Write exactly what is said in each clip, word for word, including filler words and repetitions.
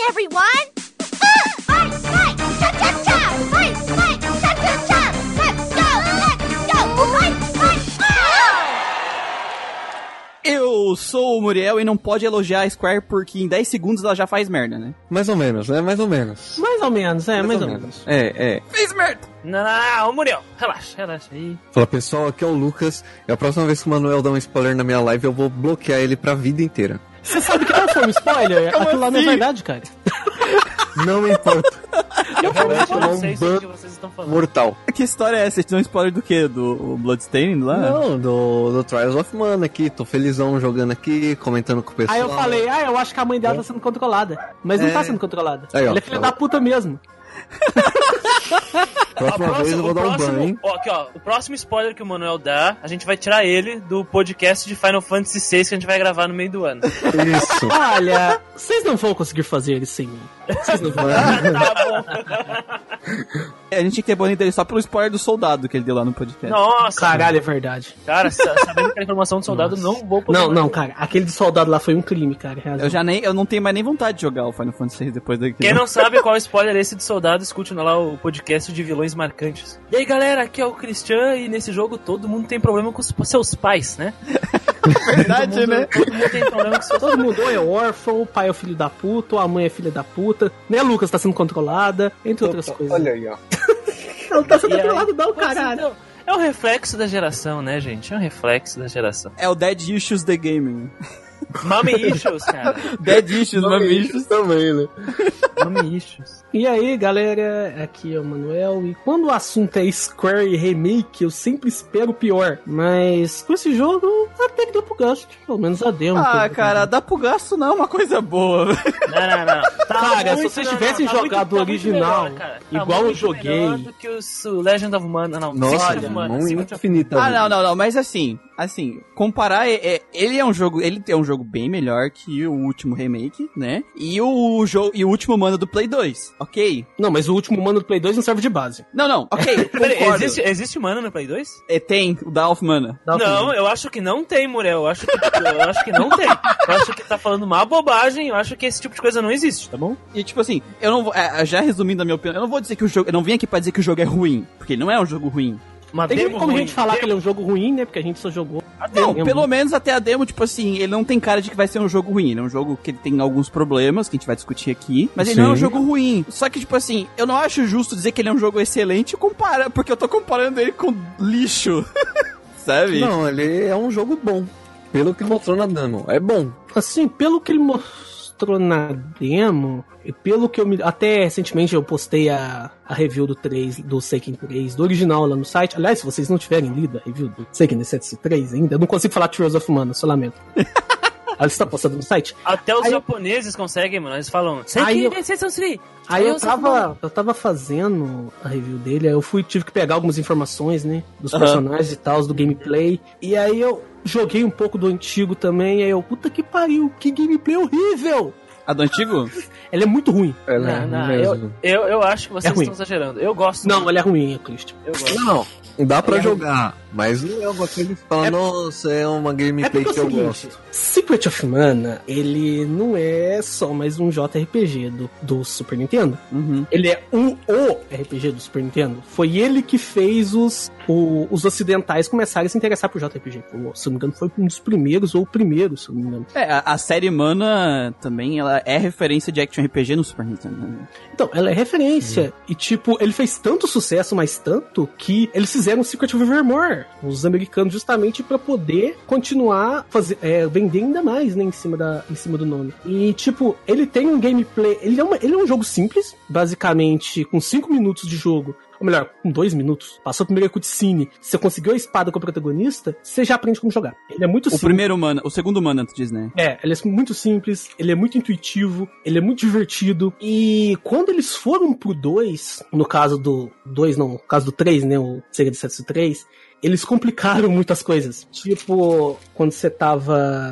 everyone! Fight, fight, cha-cha-cha! Fight, fight, cha-cha-cha! Let's go, let's go! Fight, fight, oh! Eu sou o Muriel e não pode elogiar a Square porque em dez segundos ela já faz merda, né? Mais ou menos, né? Mais ou menos. Mais ou menos, é, mais, mais ou, ou menos. menos. É, é. Fez merda! Não, não, não, Muriel, relaxa, relaxa aí. Fala pessoal, aqui é o Lucas. E a próxima vez que o Manuel dá um spoiler na minha live, eu vou bloquear ele pra vida inteira. Você sabe que não foi um spoiler? Como Aquilo lá não é assim? verdade, cara. Não me importa. Eu realmente tomar não um sei sobre o ban que vocês estão falando. mortal. Que história é essa? Vocês dão spoiler do quê? Do Bloodstained lá? Não, do, do Trials of Mana aqui. Tô felizão jogando aqui, comentando com o pessoal. Aí eu falei, ah, eu acho que a mãe dela tá sendo controlada. Mas não É. tá sendo controlada. Aí, ó, Ela é filha ela- da puta mesmo. Próxima Ó, vez eu vou o dar um próximo, ban, hein? ó, aqui, ó, o próximo spoiler que o Manuel dá, a gente vai tirar ele do podcast de Final Fantasy seis que a gente vai gravar no meio do ano. Isso. Olha, vocês não vão conseguir fazer ele sem mim. Vocês não vão. Tá bom. A gente tinha que ter banho dele só pelo spoiler do soldado que ele deu lá no podcast. Nossa, Caralho, é verdade. cara, sa- sabendo que a informação do soldado, não vou poder. Não, mais. não, cara. Aquele de soldado lá foi um crime, cara. Razão. Eu já nem, eu não tenho mais nem vontade de jogar o Final Fantasy seis depois daqui. Quem não sabe qual spoiler é esse de soldado, escute lá o podcast de vilões marcantes. E aí, galera, aqui é o Christian e nesse jogo todo mundo tem problema com os seus pais, né? Verdade, todo mundo, né? Todo mundo tem problema com seus Todo mundo ou é órfão, o pai é o filho da puta, ou a mãe é filha da puta, né, Lucas tá sendo controlada, entre outras coisas. Olha aí, ó. Não tá sendo E aí- controlado não, Mas, caralho. então, é um reflexo da geração, né, gente? É um reflexo da geração. É o Dead Issues The Gaming. Mami issues, cara. Dead Issues, Mami Issues. também, né? Mami issues. E aí, galera, aqui é o Manuel, e quando o assunto é Square e Remake, eu sempre espero o pior, mas com esse jogo, até que deu pro gasto, pelo menos a demo. Ah, cara, dar pro gasto não é uma coisa boa. Não, não, não. Tá Cara, se muito- vocês não, não, tivessem tá jogado muito- tá o muito original, melhor, cara. Tá igual eu muito joguei. melhor do que os- o Legend of Mana. Não, Nossa, Secret of Mana, não Secret of- infinita. Ah, não, não, não, mas assim, assim, comparar, é, é- ele é um jogo, ele é um jogo bem melhor que o último remake, né? E o jogo, e o último Mana do Play dois, ok? Não, mas o último Mano do Play dois não serve de base. Não, não, ok, Peraí, concordo. existe, existe Mana no Play dois? É, tem, o da Alpha Mana. Dá pra Não, fazer. eu acho que não tem, Muriel. Eu acho que, eu acho que não tem. Eu acho que tá falando uma bobagem. Eu acho que esse tipo de coisa não existe, tá bom? E tipo assim, eu não vou, é, já resumindo a minha opinião, eu não vou dizer que o jogo, eu não vim aqui pra dizer que o jogo é ruim, porque ele não é um jogo ruim. Uma Tem demo como a ruim. gente falar Demo- que ele é um jogo ruim, né? Porque a gente só jogou. Não, demo. pelo menos até a demo, tipo assim, ele não tem cara de que vai ser um jogo ruim. Ele é um jogo que ele tem alguns problemas, que a gente vai discutir aqui, mas ele Sim. não é um jogo ruim. Só que, tipo assim, eu não acho justo dizer que ele é um jogo excelente compara, porque eu tô comparando ele com lixo. Sabe? Não, ele é um jogo bom. Pelo que mostrou na demo. É bom. Assim, pelo que ele mostrou na demo, e pelo que eu me. Até recentemente eu postei a, a review do três, do Seiken três, do original lá no site. Aliás, se vocês não tiverem lido a review do Seiken D sete três ainda, eu não consigo falar Trials of Mana, só lamento. Ela está postando no site. Até os Aí eu- japoneses conseguem, mano. Eles falam. Aí eu- Aí Aí eu tava, eu tava fazendo a review dele, aí eu fui, tive que pegar algumas informações, né, dos Aham. personagens e tal, do gameplay, e aí eu joguei um pouco do antigo também, aí eu, puta que pariu, que gameplay horrível! A do antigo? Ele é muito ruim. É, Não, não, mesmo. eu, eu, eu acho que vocês É ruim. estão exagerando. Eu gosto. Não, ele é ruim, Cristian. Eu gosto. Não, dá pra É. jogar, mas não é uma coisa que fala, É- nossa, é uma É gameplay porque é que o eu seguinte, gosto. Secret of Mana, ele não é só mais um J R P G do, do Super Nintendo. Uhum. Ele é um o R P G do Super Nintendo. Foi ele que fez os, o- os ocidentais começarem a se interessar por J R P G. Pô, se eu não me engano, foi um dos primeiros, ou o primeiro, se eu não me engano. É, a, a série Mana também, ela é referência de action R P G no Super Nintendo. Né? Então, ela é referência. E, tipo, ele fez tanto sucesso, mas tanto, que eles fizeram Secret of Evermore, os americanos, justamente pra poder continuar fazer, é, vender ainda mais, né, em cima, da, em cima do nome. E, tipo, ele tem um gameplay... Ele é, uma, ele é um jogo simples, basicamente, com cinco minutos de jogo. Ou melhor, com dois minutos. Passou a primeira cutscene, você conseguiu a espada com o protagonista, você já aprende como jogar. Ele é muito O simples. primeiro Mana, o segundo Mana, tu diz, né? É, ele é muito simples, ele é muito intuitivo, ele é muito divertido. E quando eles foram pro dois, no caso do dois, não, no caso do três, né, o Sega D sete três, eles complicaram muitas coisas. Tipo, quando você tava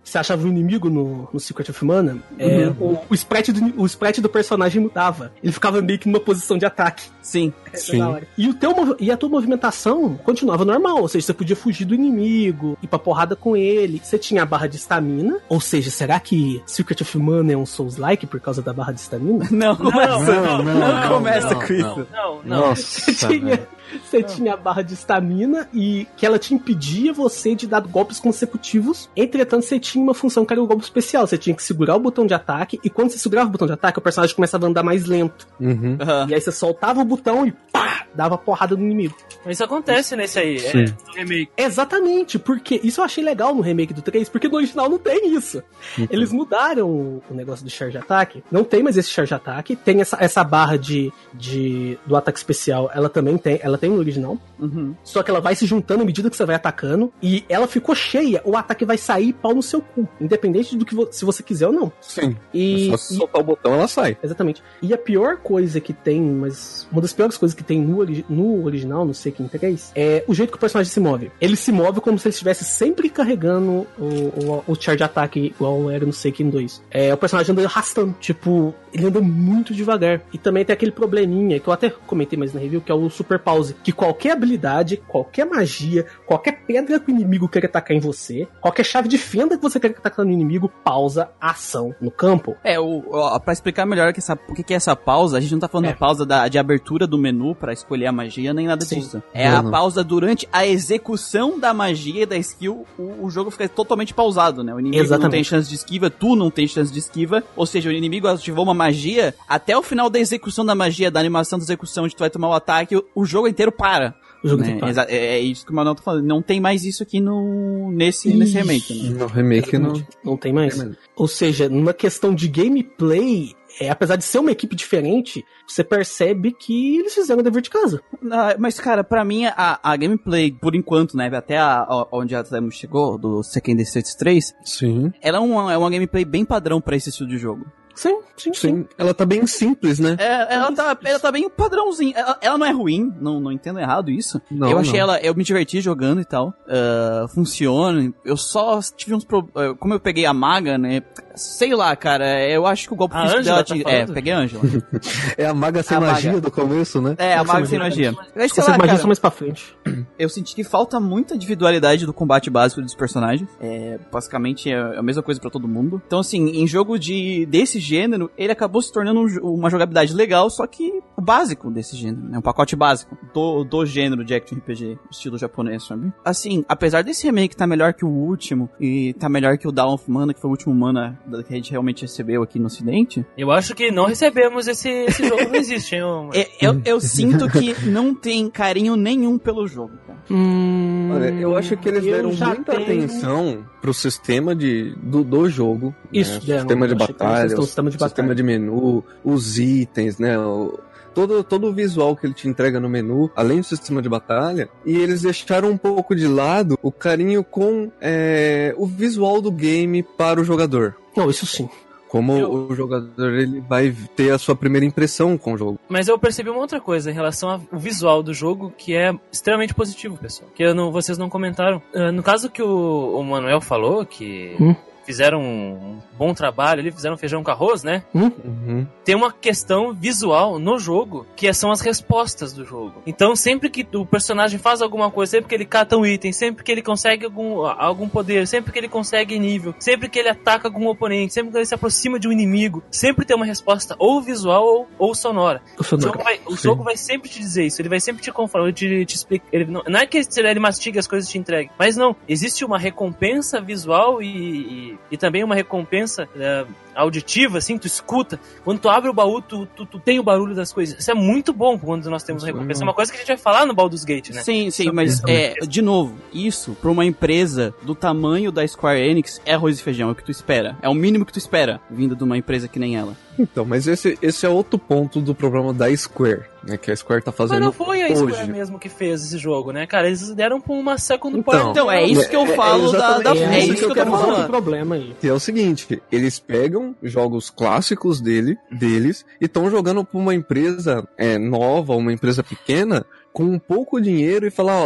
você achava um inimigo no, no Secret of Mana, é, o, o, sprite do, o sprite do personagem mudava. Ele ficava meio que numa posição de ataque. Sim. É, Sim. E, o teu, e a tua movimentação continuava normal, ou seja, você podia fugir do inimigo, ir pra porrada com ele. Você tinha a barra de estamina, ou seja, será que Secret of Mana é um Souls-like por causa da barra de estamina? Não, começa, não, não, não, não, começa não, com não. isso. Não, não. Nossa, Você tinha, velho. você tinha a barra de estamina e que ela te impedia você de dar golpes consecutivos. Entretanto, você tinha uma função que era o golpe especial. Você tinha que segurar o botão de ataque e quando você segurava o botão de ataque, o personagem começava a andar mais lento. Uhum. Aham. E aí você soltava o botão e pá, dava porrada no inimigo. Isso acontece nesse aí, Sim. é, no remake. Exatamente, porque isso eu achei legal no remake do três, porque no original não tem isso. Uhum. Eles mudaram o, o negócio do charge attack, não tem mais esse charge attack, tem essa, essa barra de, de, do ataque especial, ela também tem, ela tem no original, Uhum. só que ela vai se juntando à medida que você vai atacando, e ela ficou cheia, o ataque vai sair pau no seu cu, independente do que vo, se você quiser ou não. Sim. E, É só soltar o botão, ela sai. Exatamente. E a pior coisa que tem, mas uma das piores coisas que tem no, ori- no original, no Seiken três, é o jeito que o personagem se move. Ele se move como se ele estivesse sempre carregando o, o, o charge attack igual era no Seiken dois. É, o personagem anda arrastando. Tipo, ele anda muito devagar. E também tem aquele probleminha que eu até comentei mais na review, que é o super pause. Que qualquer habilidade, qualquer magia, qualquer pedra que o inimigo quer atacar em você, qualquer chave de fenda que você quer atacar no inimigo, pausa a ação no campo. É, o, ó, pra explicar melhor que essa, o que, que é essa pausa, a gente não tá falando É. da pausa da, de abertura do menu pra escolher a magia, nem nada Sim. disso. É a Uhum. pausa durante a execução da magia e da skill, o, o jogo fica totalmente pausado, né? O inimigo não Exatamente. tem chance de esquiva, tu não tem chance de esquiva, ou seja, o inimigo ativou uma magia, até o final da execução da magia, da animação da execução, onde tu vai tomar o ataque, o, o jogo inteiro para. O jogo né? tem para. Exa- é, é isso que o Manuel tá falando. Não tem mais isso aqui no, nesse, nesse remake, né? No remake não. Não tem mais. Tem mais. Ou seja, numa questão de gameplay, é, apesar de ser uma equipe diferente, você percebe que eles fizeram o dever de casa. Ah, mas, cara, pra mim, a, a gameplay, por enquanto, né, até a, a- onde a Temo chegou, do Seiken Densetsu três, Sim. ela é uma, é uma gameplay bem padrão pra esse estilo de jogo. Sim, sim, sim. Sim. Ela tá bem simples, né? É, ela, tá, ela tá bem padrãozinho. Ela, ela não é ruim, não, não entendo errado isso. Não, eu achei não. ela, eu me diverti jogando e tal. Ah, funciona. Eu só tive uns problemas. Como eu peguei a maga, né? Sei lá, cara, eu acho que o golpe A físico Ângela dela. tá te- falando? é, peguei a Ângela. É a maga sem A maga. magia do começo, né? É, a Nossa, maga mas sem é magia. verdade. Mas sei Você lá, imagina cara, só mais pra frente. eu senti que falta muita individualidade do combate básico dos personagens. É, basicamente é a mesma coisa pra todo mundo. Então, assim, em jogo de, desse gênero, ele acabou se tornando um jo- uma jogabilidade legal, só que o básico desse gênero, né? Um pacote básico do, do gênero de action R P G, estilo japonês, sabe? Assim, apesar desse remake tá melhor que o último, e tá melhor que o Dawn of Mana, que foi o último Mana que a gente realmente recebeu aqui no ocidente, Eu acho que não recebemos esse, esse jogo, não existe, hein? ô- é- eu, eu sinto que não tem carinho nenhum pelo jogo, cara. Hum, Olha, eu acho que eles eu deram já muita tenho- atenção pro sistema de, do, do jogo. Isso, né? deram. Sistema de Eu achei que eles batalha, estão o no sistema de sistema batalha. de menu, os itens, né? O, todo, todo o visual que ele te entrega no menu, além do sistema de batalha. E eles deixaram um pouco de lado o carinho com é, o visual do game para o jogador. Não, isso sim. Como Eu- o jogador ele vai ter a sua primeira impressão com o jogo. Mas eu percebi uma outra coisa em relação ao visual do jogo que é extremamente positivo, pessoal. Que eu não, vocês não comentaram. Ah, no caso que o, o Manuel falou, que Hum. fizeram um bom trabalho ali, fizeram feijão com arroz, né? Uhum. Tem uma questão visual no jogo, que são as respostas do jogo. Então, sempre que o personagem faz alguma coisa, sempre que ele cata um item, sempre que ele consegue algum, algum poder, sempre que ele consegue nível, sempre que ele ataca algum oponente, sempre que ele se aproxima de um inimigo, sempre tem uma resposta ou visual ou, ou sonora. O O sonoro. jogo, vai, o Sim. jogo vai sempre te dizer isso, ele vai sempre te conformar, te, te explicar. Ele não, não é que ele mastiga as coisas e te entregue, mas não, existe uma recompensa visual e, e, e também uma recompensa é, auditiva, assim, tu escuta. Quando tu abre o baú, tu, tu, tu tem o barulho das coisas. Isso é muito bom quando nós temos uma Isso é recompensa. É legal. uma coisa que a gente vai falar no Baldur's Gate, né? Sim, sim, mas é, de novo, isso pra uma empresa do tamanho da Square Enix é arroz e feijão, é o que tu espera. É o mínimo que tu espera, vindo de uma empresa que nem ela. Então, mas esse, esse é outro ponto do problema da Square, né? Que a Square tá Mas fazendo não foi a hoje. Square mesmo que fez esse jogo, né, cara? Eles deram pra uma second Então, party. Então, é isso que eu É- é falo da, da- exatamente É isso isso que eu que eu quero quero falar. Outro problema aí. Que é o seguinte, eles pegam jogos clássicos dele, deles e estão jogando pra uma empresa é, nova, uma empresa pequena, com um pouco dinheiro e falar, ó,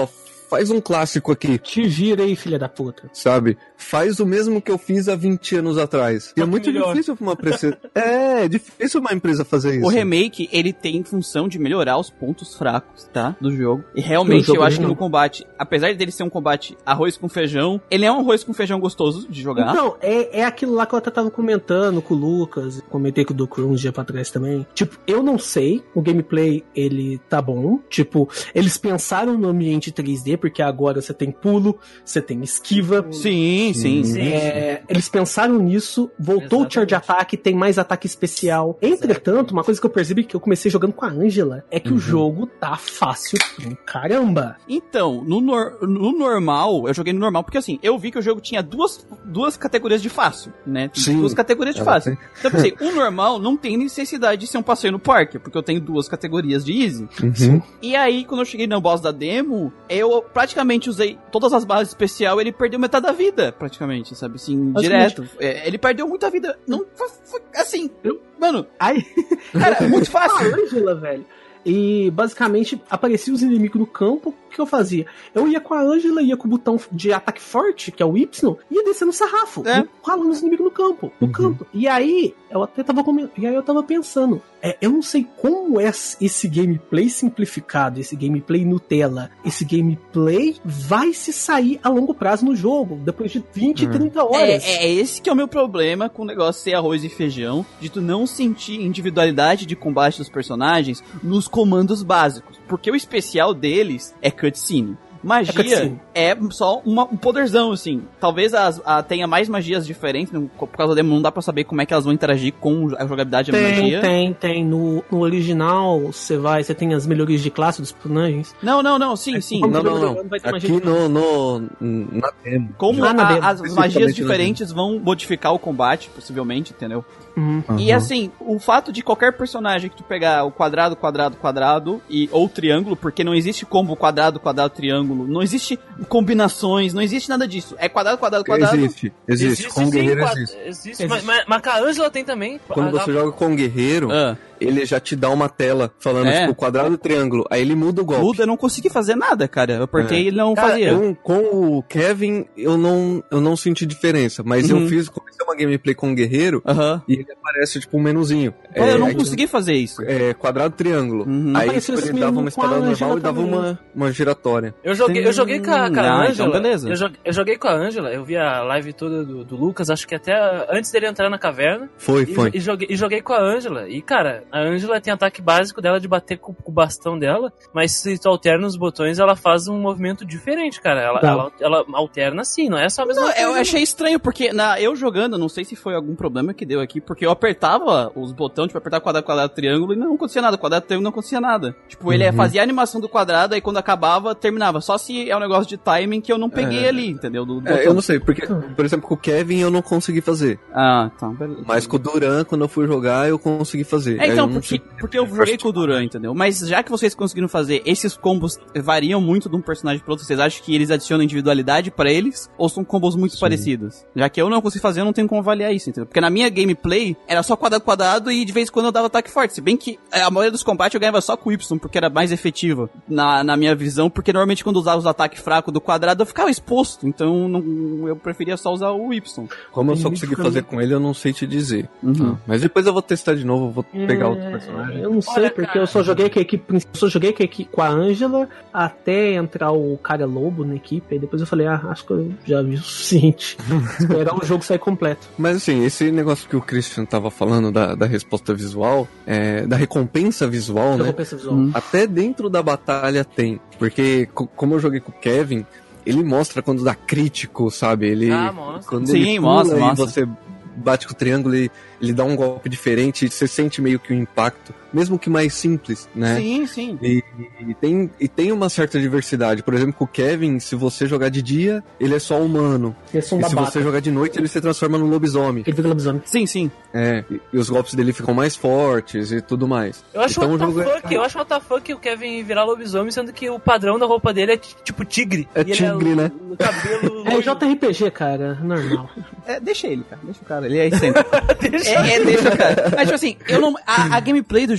faz um clássico aqui, Te vira aí, filha da puta. sabe? Faz o mesmo que eu fiz há vinte anos atrás. E é muito melhor. difícil pra uma empresa... É, é difícil uma empresa fazer isso. O remake, ele tem função de melhorar os pontos fracos, tá? Do jogo. E realmente, jogo eu acho que não. no combate, apesar dele ser um combate arroz com feijão, ele é um arroz com feijão gostoso de jogar. Então, é, é aquilo lá que eu até tava comentando com o Lucas, comentei com o Ducru uns dias pra trás também. Tipo, eu não sei, o gameplay, ele tá bom. Tipo, eles pensaram no ambiente três D, porque agora você tem pulo, você tem esquiva. Sim, sim, sim. É, eles pensaram nisso, voltou o charge attack, tem mais ataque especial. Entretanto, uma coisa que eu percebi que eu comecei jogando com a Angela é que Uhum. o jogo tá fácil pra caramba. Então, no, nor- no normal, eu joguei no normal, porque assim, eu vi que o jogo tinha duas, duas categorias de fácil, né? Sim, duas categorias de ela fácil. Então eu pensei, o normal não tem necessidade de ser um passeio no parque, porque eu tenho duas categorias de easy. Uhum. E aí, quando eu cheguei no boss da demo, eu praticamente usei todas as bases especial, ele perdeu metade da vida, praticamente, sabe? Assim, direto. É, ele perdeu muita vida. Não foi, foi assim. Eu- Mano, Aí, cara, é muito a fácil. Angela, velho. E basicamente apareciam os inimigos no campo. O que eu fazia? Eu ia com a Angela, ia com o botão de ataque forte, que é o Y, e ia descendo o sarrafo, É. ia ralando os inimigos no campo, no Uhum. canto. E aí, eu até tava comen- e aí eu tava pensando, é, eu não sei como é esse gameplay simplificado, esse gameplay Nutella, esse gameplay vai se sair a longo prazo no jogo, depois de vinte, Hum. trinta horas. É, é esse que é o meu problema com o negócio ser arroz e feijão, de tu não sentir individualidade de combate dos personagens nos comandos básicos. Porque o especial deles é cutscene. Magia É cutscene. é só uma- um poderzão, assim. Talvez as, a, tenha mais magias diferentes, não- por causa da demo não dá pra saber como é que elas vão interagir com a jogabilidade da Tem, magia. tem, tem. No, no original, você vai, você tem as melhorias de classe dos personagens. Não, não, não, sim, sim. Como Não, não, não. Vai ter Aqui magia de- no, no, na demo. Como Ah, na a- demo. as magias Especificamente na diferentes vão modificar o combate, possivelmente, entendeu? Uhum. E assim, o fato de qualquer personagem que tu pegar o quadrado, quadrado, quadrado e ou triângulo, porque não existe combo quadrado, quadrado, triângulo, não existe combinações, não existe nada disso. É quadrado, quadrado, quadrado. Existe, existe. Com sim, guerreiro quadra- existe. existe. Existe. Mas, mas, mas a Angela tem também. Quando Ah, você dá- joga com guerreiro, Ah, ele já te dá uma tela falando, É. tipo, quadrado e triângulo. Aí ele muda o golpe. muda, eu não consegui fazer nada, cara. Eu apertei É. e ele não Cara, fazia. eu, com o Kevin, eu não, eu não senti diferença. Mas Uhum. eu fiz, comecei uma gameplay com o guerreiro Aham. e ele aparece, tipo, um menuzinho. Mas eu não é, consegui fazer isso. É, quadrado, triângulo. Uhum. Aí Apareceu tipo, esse ele dava menu uma espada com a normal Angela e dava também. uma, uma giratória. Eu joguei, eu joguei com a, com a Ah, Angela. então beleza. Eu joguei, eu joguei com a Angela, eu vi a live toda do, do Lucas, acho que até antes dele entrar na caverna. Foi, E, foi. e joguei, e joguei com a Angela. E, cara, a Angela tem ataque básico dela de bater com, com o bastão dela, mas se tu alterna os botões, ela faz um movimento diferente, cara. Ela, Tá. ela, ela alterna sim, não é só a mesma Não, coisa. eu achei estranho, porque na, eu jogando, não sei se foi algum problema que deu aqui, porque eu apertava os botões, tipo, apertar quadrado, quadrado, triângulo, e não acontecia nada. Quadrado, triângulo, não acontecia nada. Tipo, ele Uhum. fazia a animação do quadrado, aí quando acabava, terminava. Só se é um negócio de timing que eu não peguei É. ali, entendeu? Do, do É, botão. eu não sei, porque, por exemplo, com o Kevin eu não consegui fazer. Ah, tá, beleza. Mas com o Duran, quando eu fui jogar, eu consegui fazer. É, Aí então, eu não porque, sei- porque eu joguei com o Duran, entendeu? Mas já que vocês conseguiram fazer, esses combos variam muito de um personagem pro outro, vocês acham que eles adicionam individualidade pra eles? Ou são combos muito parecidos? Já que eu não consegui fazer, eu não tenho como avaliar isso, entendeu? Porque na minha gameplay, era só quadrado, quadrado e de vez em quando eu dava ataque forte. Se bem que a maioria dos combates eu ganhava só com o Y, porque era mais efetivo na, na minha visão, porque normalmente quando eu usava os ataques fracos do quadrado, eu ficava exposto. Então não, eu preferia só usar o Y. Como eu Tem só vídeo consegui que eu fazer não- com ele, eu não sei te dizer. Uhum. Ah, mas depois eu vou testar de novo, vou pegar É, outro personagem. Eu não sei, Olha, porque cara. eu só joguei com a equipe principal, só joguei com a, equipe, com a Angela até entrar o cara lobo na equipe, aí depois eu falei, ah, acho que eu já vi o suficiente. Esperar o jogo sair completo. Mas assim, esse negócio que o Christian tava falando da, da resposta visual, é, da recompensa visual, né? Recompensa visual. Hum. Até dentro da batalha tem. Porque, co- como eu joguei com o Kevin, ele mostra quando dá crítico, sabe? Ele, Ah, mostra. quando Sim, ele pula mostra, e mostra. você bate com o triângulo e ele dá um golpe diferente, você sente meio que o impacto, mesmo que mais simples, né? Sim, sim. E, e tem, e tem uma certa diversidade. Por exemplo, com o Kevin, se você jogar de dia, ele é só humano. Eles são E se babaca. você jogar de noite, ele se transforma no lobisomem. Ele fica lobisomem. Sim, sim. É, e, e os golpes dele ficam mais fortes e tudo mais. Eu acho Então, what o the jogo é- fuck, eu acho what the fuck o Kevin virar lobisomem, sendo que o padrão da roupa dele é t- tipo tigre. É E ele tigre, né? O cabelo. É J R P G, cara, normal. É, deixa ele, cara. Deixa o cara. Ele é excêntrico. é, é, deixa o cara. Mas, tipo assim, eu não, a, a gameplay do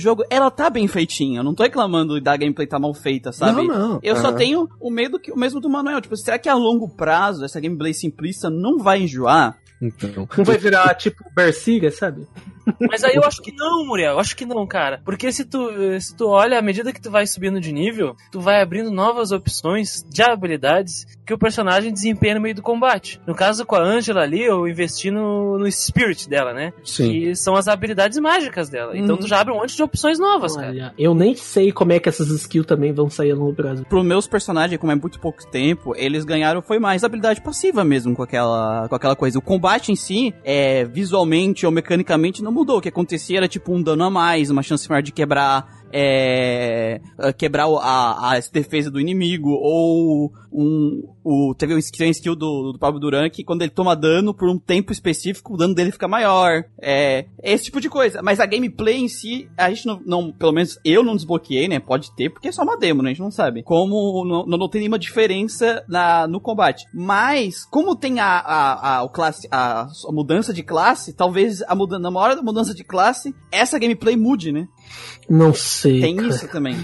jogo, ela tá bem feitinha. Eu não tô reclamando da gameplay tá mal feita, sabe? Não, não. Eu Ah. só tenho o medo que, o mesmo do Manuel. Tipo, será que a longo prazo essa gameplay simplista não vai enjoar? Então. Não vai virar tipo Bersiga, sabe? Mas aí eu acho que não, Muriel, eu acho que não, cara. Porque se tu, se tu olha, à medida que tu vai subindo de nível, tu vai abrindo novas opções de habilidades que o personagem desempenha no meio do combate. No caso com a Angela ali, eu investi no, no Spirit dela, né? Sim. Que são as habilidades mágicas dela. Então Uhum. tu já abre um monte de opções novas, cara. Olha, eu nem sei como é que essas skills também vão sair no Brasil. Pro meus personagens, como é muito pouco tempo, eles ganharam foi mais habilidade passiva mesmo com aquela, com aquela coisa. O combate em si, é, visualmente ou mecanicamente, não mudou. O que acontecia era tipo um dano a mais, uma chance maior de quebrar, é, quebrar a, a defesa do inimigo, ou um, o, teve um skill, um skill do, do Pablo Duran que quando ele toma dano por um tempo específico, o dano dele fica maior. É, esse tipo de coisa. Mas a gameplay em si, a gente não, não pelo menos eu não desbloqueei, né? Pode ter, porque é só uma demo, né? A gente não sabe. Como não, não tem nenhuma diferença na, no combate. Mas, como tem a, a, a, o classe, a, a mudança de classe, talvez a muda, na hora da mudança de classe, essa gameplay mude, né? Não sei. Tem cara. isso também.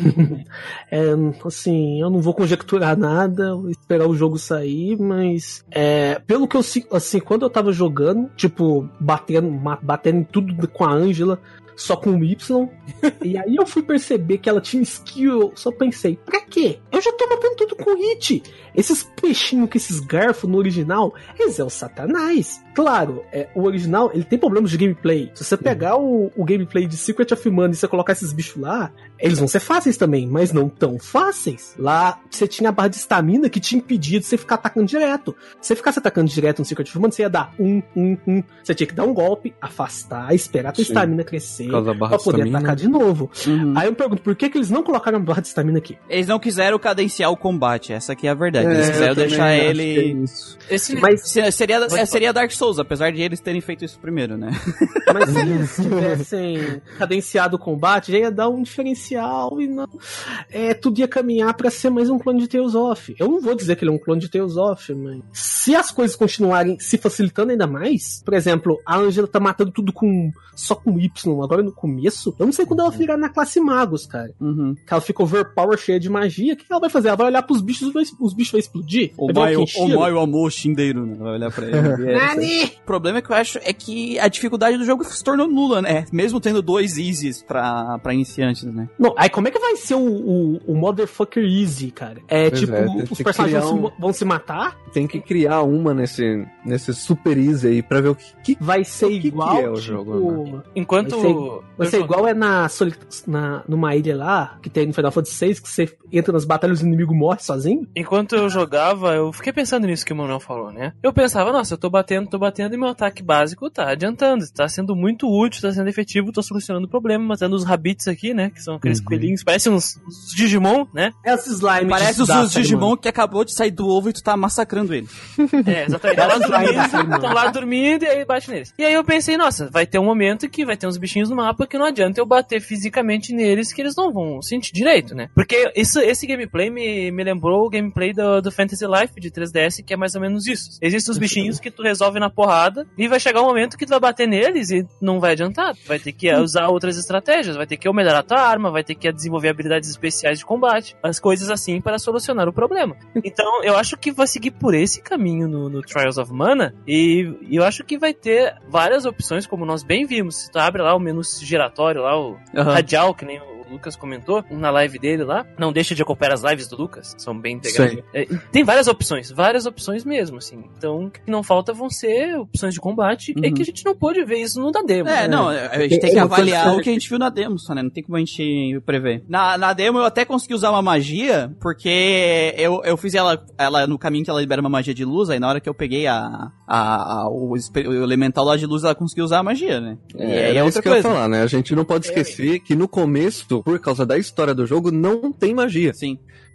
É, assim, eu não vou conjecturar nada, vou esperar o jogo sair, mas é, pelo que eu si- assim, quando eu tava jogando, tipo, batendo, ma- batendo em tudo com a Angela, só com o Y, e aí eu fui perceber que ela tinha skill, eu só pensei, pra quê? Eu já tô matando tudo com hit. Esses peixinhos com esses garfos no original, eles é o satanás. Claro, é, o original, ele tem problemas de gameplay. Se você pegar o, o gameplay de Secret of Mana e você colocar esses bichos lá, eles vão ser fáceis também, mas não tão fáceis. Lá, você tinha a barra de estamina que te impedia de você ficar atacando direto. Se você ficasse atacando direto no Secret of Mana, você ia dar um, um, um. Você tinha que dar um golpe, afastar, esperar a tua Sim. estamina crescer, Por causa da barra pra de poder estamina. atacar de novo. Uhum. Aí eu me pergunto, por que, que eles não colocaram a barra de estamina aqui? Eles não quiseram cadenciar o combate, essa aqui é a verdade. Eles É, quiseram eu também deixar acho ele... que é isso. Esse, Mas, Se- Seria, Vai- é, seria Dark Souls, apesar de eles terem feito isso primeiro, né? mas se eles tivessem cadenciado o combate, já ia dar um diferencial e não. É, tudo ia caminhar pra ser mais um clone de Tales of. Eu não vou dizer que ele é um clone de Tales of, mas se as coisas continuarem se facilitando ainda mais, por exemplo, a Angela tá matando tudo com só com Y, agora no começo, eu não sei quando ela virar na classe Magos, cara. Uhum. Que ela fica overpower, cheia de magia, o que ela vai fazer? Ela vai olhar pros bichos e vai- os bichos vão explodir? O Vai virar Maio, o Kenshiro? Maio amor Shindeiro, né? Vai olhar pra ele. É, Nani! o problema é que eu acho é que a dificuldade do jogo se tornou nula, né? Mesmo tendo dois easies pra, pra iniciantes, né? Não, aí como é que vai ser o, o, o Motherfucker Easy, cara? É Pois tipo, é, tem os que personagens criar vão, um- se, vão se matar? Tem que criar uma nesse, nesse super easy aí pra ver o que, que Vai ser O que que igual, é o tipo, jogo, né? enquanto... Vai ser, vai ser eu- igual é na, soli- na numa ilha lá, que tem no Final Fantasy seis, que você entra nas batalhas e o inimigo morre sozinho. Enquanto eu jogava, eu fiquei pensando nisso que o Manuel falou, né? Eu pensava, nossa, eu tô batendo, tô batendo e meu ataque básico tá adiantando, tá sendo muito útil, tá sendo efetivo, tô solucionando o problema, matando os rabbits aqui, né? Que são aqueles Uhum. coelhinhos, parecem uns, uns Digimon, né? É esse slime. Parece de os, desastre, os Digimon mano. que acabou de sair do ovo e tu tá massacrando ele. É, exatamente. Tá lá dormindo, estão lá dormindo e aí bate neles. E aí eu pensei, nossa, vai ter um momento que vai ter uns bichinhos no mapa que não adianta eu bater fisicamente neles, que eles não vão sentir direito, né? Porque isso, esse gameplay me, me lembrou o gameplay do, do Fantasy Life de três D S, que é mais ou menos isso. Existem os bichinhos que tu resolve na porrada e vai chegar um momento que tu vai bater neles e não vai adiantar. Tu vai ter que usar outras estratégias, vai ter que ou melhorar a tua arma, vai ter que desenvolver habilidades especiais de combate, as coisas assim para solucionar o problema. Então, eu acho que vai seguir por esse caminho no, no Trials of Mana e, e eu acho que vai ter várias opções, como nós bem vimos. Se tu abre lá o menu giratório, lá o Aham. radial, que nem o Lucas comentou na live dele lá, não deixa de acompanhar as lives do Lucas, são bem integradas. Sim. É, tem várias opções, várias opções mesmo, assim. Então, o que não falta vão ser opções de combate, Uhum. é que a gente não pôde ver isso no da demo. É, né? não, a gente tem que É, avaliar uma coisa- o que a gente viu na demo só, né? Não tem como a gente prever. Na, na demo eu até consegui usar uma magia, porque eu, eu fiz ela, ela no caminho que ela libera uma magia de luz, aí na hora que eu peguei a, a, a- o, espe- o elemental lá de luz, ela conseguiu usar a magia, né? E aí É, é é outra isso que eu ia coisa. falar, né? A gente não pode esquecer que no começo, por causa da história do jogo, não tem magia. Sim.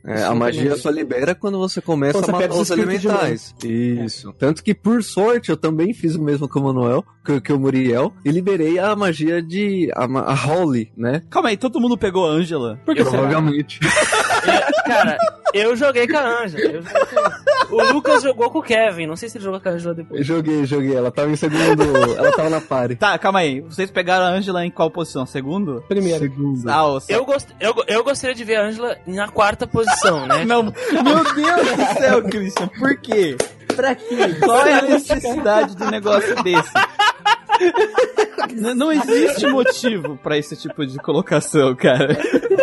É, a magia só libera quando você começa Quando você a perde matar os os espíritos de elementais. Isso. Tanto que, por sorte, eu também fiz o mesmo que o Manuel, que, que o Muriel, e liberei a magia de... a, ma- a Holly, né? Calma aí, todo mundo pegou a Ângela. Por que será? Provavelmente. Eu- cara, eu joguei com a Ângela. eu joguei com a- O Lucas jogou com o Kevin. Não sei se ele jogou com a Ângela depois. Eu joguei, joguei. Ela tava em segundo... ela tava na party. Tá, calma aí. Vocês pegaram a Ângela em qual posição? Segundo? Primeiro. Segundo. Ah, o Eu, gost... eu, eu gostaria de ver a Ângela na quarta posição, né? Não, meu Deus do céu, Christian, por quê? Pra quê? Qual é a necessidade de um negócio desse? N- Não existe motivo pra esse tipo de colocação, cara.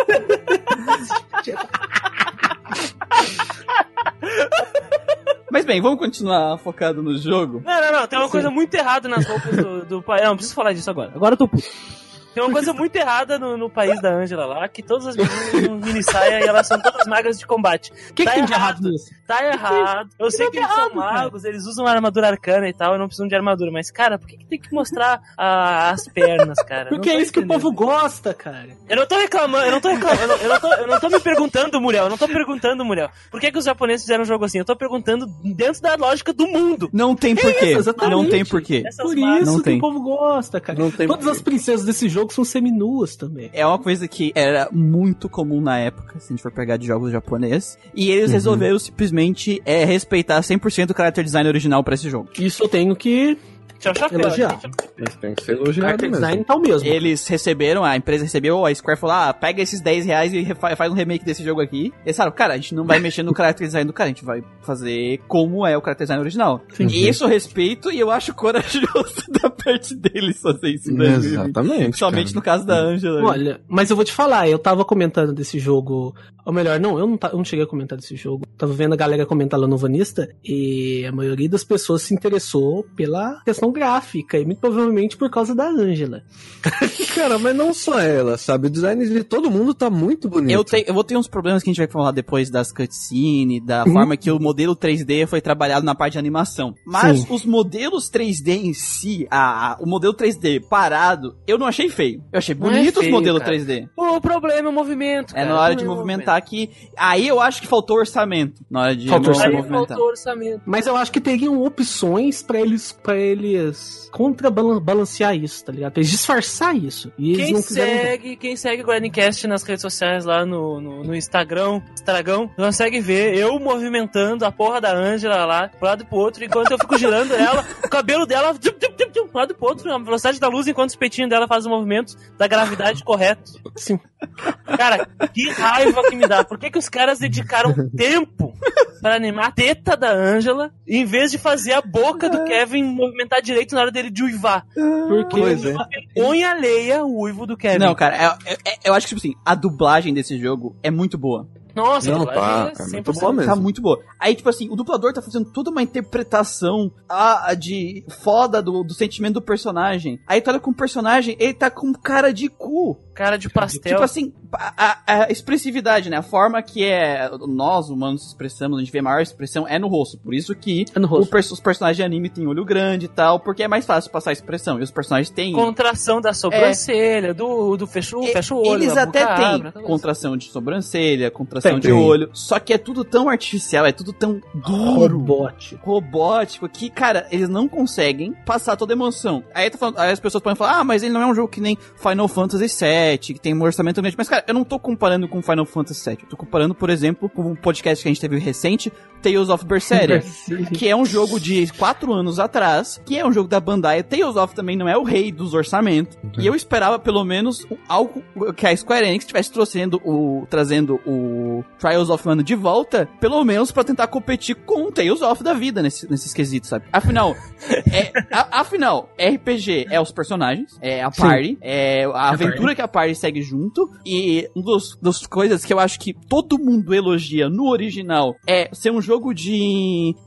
Mas bem, vamos continuar focado no jogo. Não, não, não. Tem uma coisa muito errada nas roupas do, do país. Não, não preciso falar disso agora. Agora eu tô puto. Tem uma coisa muito errada no, no país da Ângela lá, que todas as meninas usam mini saia e elas são todas magras de combate. O que, Tá que tem de errado. errado nisso? Tá errado. Eu sei que eles são magos, eles usam armadura arcana e tal, e não precisam de armadura. Mas, cara, por que, que tem que mostrar a- as pernas, cara? Porque Não é tô isso que o entendendo. povo gosta, cara. Eu não tô reclamando, eu não tô reclamando, eu não, eu não, tô, eu não tô me perguntando, Muriel, eu não tô perguntando, Muriel, por que, que os japoneses fizeram um jogo assim? Eu tô perguntando dentro da lógica do mundo. Não tem porquê. isso, exatamente. Não tem porquê. Essas Por magras. isso Não que tem. o povo gosta, cara. Não tem Todas porquê. as princesas desse jogo são seminuas também. É uma coisa que era muito comum na época, se a gente for pegar de jogos japoneses. E eles Uhum. resolveram simplesmente é, respeitar cem por cento o character design original pra esse jogo. Isso eu tenho que Tchau, chapéu. elogiar. Mas tem que ser O elogiado character mesmo. design tá o mesmo. Eles receberam, a empresa recebeu, a Square falou, ah, pega esses dez reais e refa- faz um remake desse jogo aqui. Eles falaram, cara, a gente não vai mexer no character design do cara, a gente vai fazer como é o character design original. Sim. E isso eu respeito e eu acho corajoso da parte deles fazer isso em dois mil e vinte. Exatamente. Somente cara. no caso da Ângela. Olha, mas eu vou te falar, eu tava comentando desse jogo, ou melhor, não, eu não, ta- eu não cheguei a comentar desse jogo. Tava vendo a galera comentar lá no Vanista e a maioria das pessoas se interessou pela questão gráfica e muito provavelmente por causa da Ângela. Cara, mas não só ela, sabe? O design de todo mundo tá muito bonito. Eu, te, eu vou ter uns problemas que a gente vai falar depois das cutscenes, da Uhum. forma que o modelo três D foi trabalhado na parte de animação. Mas Sim. os modelos três D em si, a, a- o modelo três D parado, eu não achei feio. Eu achei Não é bonito os feio, modelos cara. três D. O problema é o movimento, É cara. na hora Não de é o movimentar aqui. Aí eu acho que faltou orçamento. Na hora de Faltou mo- movimento. Aí movimentar. faltou orçamento. Mas eu acho que teriam opções pra eles para eles contrabalancear isso, tá ligado? Pra eles disfarçar isso. E eles Quem não fizeram. segue, quem segue o Grindcast nas redes sociais lá no, no, no Instagram, Estragão, consegue ver eu movimentando a porra da Ângela lá, pro lado e pro outro, enquanto eu fico girando ela, o cabelo dela, tchum, tchum, tchum, tchum, pro lado e pro outro, na velocidade da luz, enquanto os peitinhos dela fazem o movimento da gravidade correto. Sim. Cara, que raiva que me dá. Por que, que os caras dedicaram tempo pra animar a teta da Ângela, em vez de fazer a boca do Kevin movimentar direito na hora dele de uivar? Porque Pois é. Vergonha alheia o uivo do Kevin. Não, cara, é- é- é- eu acho que, tipo assim, a dublagem desse jogo é muito boa. Nossa, Não, a dublagem tá, é cara, cem muito por cento. boa mesmo. Tá muito boa. Aí, tipo assim, o dublador tá fazendo toda uma interpretação a, a de foda do, do sentimento do personagem. Aí tu olha com o personagem, ele tá com cara de cu. Cara de pastel. Tipo assim, a, a- a expressividade, né? A forma que é nós, humanos, expressamos, a gente vê a maior expressão é no rosto. Por isso que É no rosto. o pers- os personagens de anime têm olho grande e tal, porque é mais fácil passar a expressão. E os personagens têm... Contração da sobrancelha, do, do fecha, o- E- fecha o olho. Eles a até boca têm abre, aquela coisa. contração de sobrancelha, contração Tem. de Tem. olho. Só que é tudo tão artificial, é tudo tão duro. Robótico. Robótico, que, cara, eles não conseguem passar toda a emoção. Aí, eu tô falando- aí as pessoas podem falar, ah, mas ele não é um jogo que nem Final Fantasy sete, que tem um orçamento grande. Mas, cara, eu não tô comparando com Final Fantasy sete. Eu tô comparando, por exemplo, com um podcast que a gente teve recente, Tales of Berseria, que é um jogo de quatro anos atrás, que é um jogo da Bandai. Tales of também não é o rei dos orçamentos. E eu esperava, pelo menos, algo que a Square Enix estivesse trazendo o, trazendo o Trials of Mana de volta, pelo menos pra tentar competir com o Tales of da vida nesse, nesses quesitos, sabe? Afinal, é, a- afinal, R P G é os personagens, é a Sim. party, é a aventura party. que a party segue junto, e uma das coisas que eu acho que todo mundo elogia no original é ser um jogo de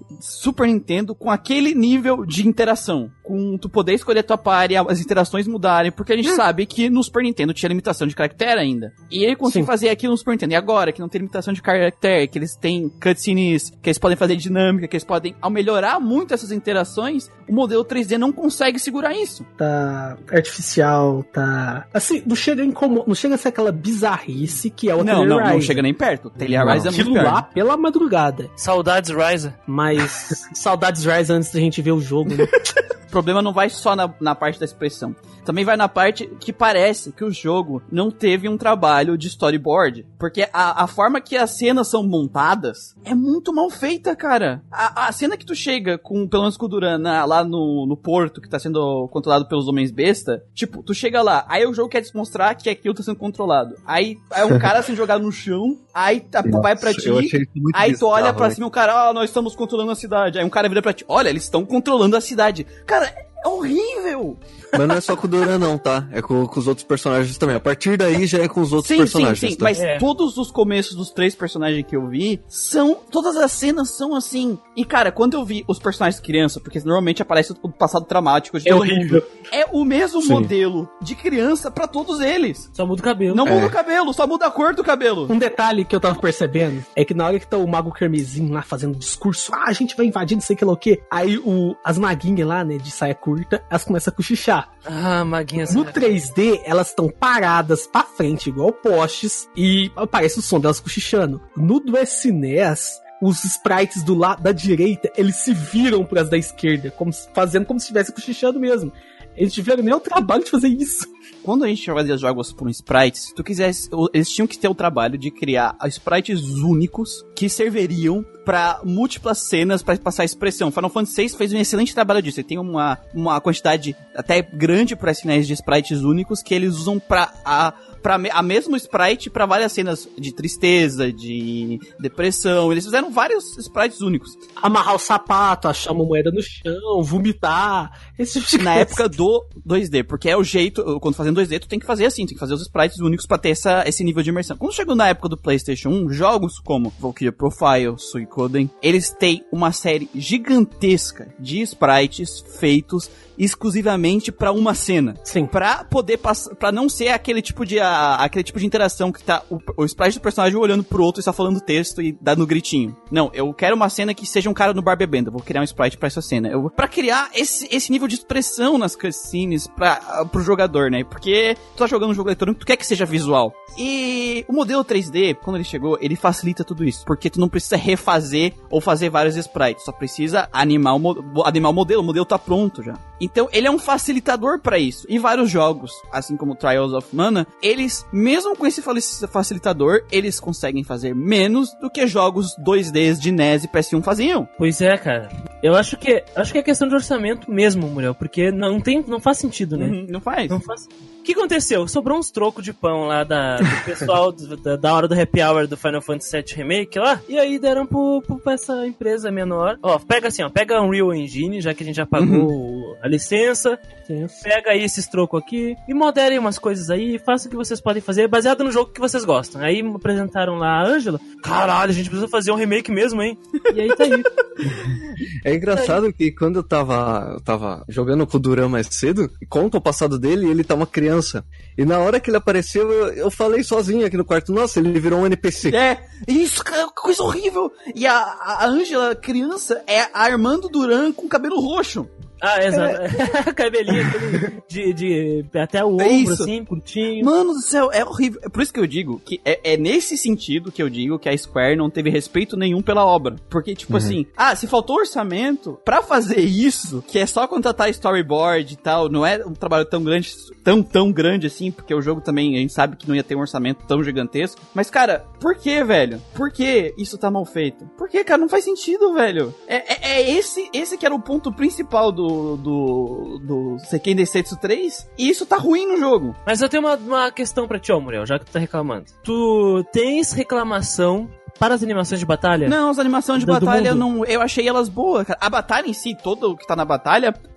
Super Nintendo com aquele nível de interação. Com tu poder escolher a tua party, as interações mudarem, porque a gente hum. sabe que no Super Nintendo tinha limitação de caractere ainda. E ele conseguiu fazer aquilo no Super Nintendo. E agora, que não tem limitação de caractere, que eles têm cutscenes, que eles podem fazer dinâmica, que eles podem, ao melhorar muito essas interações, o modelo três D não consegue segurar isso. Tá artificial, tá... Assim, não chega, em como... não chega a ser aquela bizarrice que é o Não, não, não chega nem perto. Atelier Ryza é muito perto. Lá pela madrugada. Saudades Ryza. Mas saudades Ryza antes da gente ver o jogo, né? O problema não vai só na, na parte da expressão. Também vai na parte que parece que o jogo não teve um trabalho de storyboard. Porque a, a forma que as cenas são montadas é muito mal feita, cara. A, a cena que tu chega, com, pelo menos com o Duran, na, lá no, no porto, que tá sendo controlado pelos homens besta, tipo, tu chega lá, aí o jogo quer te mostrar que aquilo tá sendo controlado. Aí é um cara sendo jogado no chão, aí tá, Nossa, vai pra ti, aí tu olha pra cima e o cara, ó, oh, nós estamos controlando a cidade. Aí um cara vira pra ti, olha, eles estão controlando a cidade. Cara, é horrível! Mas não é só com o Duran não, tá? É com, com os outros personagens também. A partir daí já é com os outros sim, personagens. Sim, sim, tá? mas é. todos os começos dos três personagens que eu vi são... Todas as cenas são assim. E, cara, quando eu vi os personagens criança, porque normalmente aparece o passado traumático de É todo horrível. mundo, é o mesmo Sim. modelo de criança pra todos eles. Só muda o cabelo. Não É. muda o cabelo, só muda a cor do cabelo. Um detalhe que eu tava percebendo é que na hora que tá o Mago Carmesim lá fazendo discurso, ah, a gente vai invadir não sei o que lá o que, aí o, as maguinhas lá, né, de saia curta, elas começam a cochichar. Ah, maguinha. No três D, elas estão paradas pra frente, igual postes, e aparece o som delas cochichando. No do S N E S, os sprites do lado da direita, eles se viram pras da esquerda, como, se- fazendo como se estivesse cochichando mesmo. Eles tiveram nem o trabalho de fazer isso. Quando a gente fazia jogos por sprites, se tu quisesse, eles tinham que ter o trabalho de criar sprites únicos que serviriam pra múltiplas cenas pra passar expressão. Final Fantasy seis fez um excelente trabalho disso. Ele tem uma, uma quantidade até grande por S N E S de sprites únicos que eles usam pra a, pra me- a mesmo sprite pra várias cenas de tristeza, de depressão. Eles fizeram vários sprites únicos. Amarrar o sapato, achar uma moeda no chão, vomitar, esse tipo de Na coisa. época do dois D, porque é o jeito, quando fazendo dois D, tu tem que fazer assim, tem que fazer os sprites únicos pra ter essa, esse nível de imersão. Quando chegou na época do PlayStation um, jogos como Valkyria Profile, Suikoden, eles têm uma série gigantesca de sprites feitos exclusivamente pra uma cena. Sim. Pra poder passar, pra não ser aquele tipo de a, aquele tipo de interação que tá o, o sprite do personagem olhando pro outro e só falando texto e dando gritinho. Não, eu quero uma cena que seja um cara no barba benda, vou criar um sprite pra essa cena. Eu para criar esse, esse nível de expressão nas cutscenes para pro jogador, né? Porque tu tá jogando um jogo eletrônico, tu quer que seja visual. E o modelo três D, quando ele chegou, ele facilita tudo isso, porque tu não precisa refazer ou fazer vários sprites, só precisa animar o, mo- animar o modelo, o modelo tá pronto já. Então, ele é um facilitador pra isso. E vários jogos, assim como Trials of Mana, eles, mesmo com esse facilitador, eles conseguem fazer menos do que jogos dois D de N E S e P S um faziam. Pois é, cara. Eu acho que acho que é questão de orçamento mesmo, Muriel, porque não tem, não faz sentido, né? Uhum, não faz. Não faz. O que aconteceu? Sobrou uns trocos de pão lá da, do pessoal do- da, da hora do Happy Hour do Final Fantasy sete Remake lá, e aí deram pro, pro, pra essa empresa menor. Ó, pega assim, ó, pega a Unreal Engine, já que a gente já pagou o- a licença, pega aí esses trocos aqui e moderem umas coisas aí, façam o que vocês podem fazer baseado no jogo que vocês gostam. Aí apresentaram lá a Ângela, caralho, a gente precisa fazer um remake mesmo, hein? E aí tá aí. É engraçado que quando eu tava, eu tava jogando com o Duran mais cedo, conta o passado dele e ele tá uma criança. E na hora que ele apareceu, eu, eu falei sozinho aqui no quarto, nossa, ele virou um N P C. É, isso, cara, coisa horrível. E a, a Ângela, criança, é a irmã do Duran com cabelo roxo. Ah, exato. Cabelinho aquele de, de até o É ombro, isso. assim, curtinho. Mano do céu, é horrível. É por isso que eu digo que é, é nesse sentido que eu digo que a Square não teve respeito nenhum pela obra. Porque, tipo Uhum. assim, ah, se faltou orçamento pra fazer isso, que é só contratar storyboard e tal, não é um trabalho tão grande, tão, tão grande assim, porque o jogo também, a gente sabe que não ia ter um orçamento tão gigantesco. Mas, cara, por que, velho? Por que isso tá mal feito? Por que, cara? Não faz sentido, velho. É, é, é esse, esse que era o ponto principal do do, do Seiken Densetsu três, e isso tá ruim no jogo. Mas eu tenho uma, uma questão pra ti, ó, Muriel, já que tu tá reclamando. Tu tens reclamação para as animações de batalha? Não, as animações de Do- do batalha, mundo? não, eu achei elas boas, cara. A batalha em si, todo o que tá na batalha,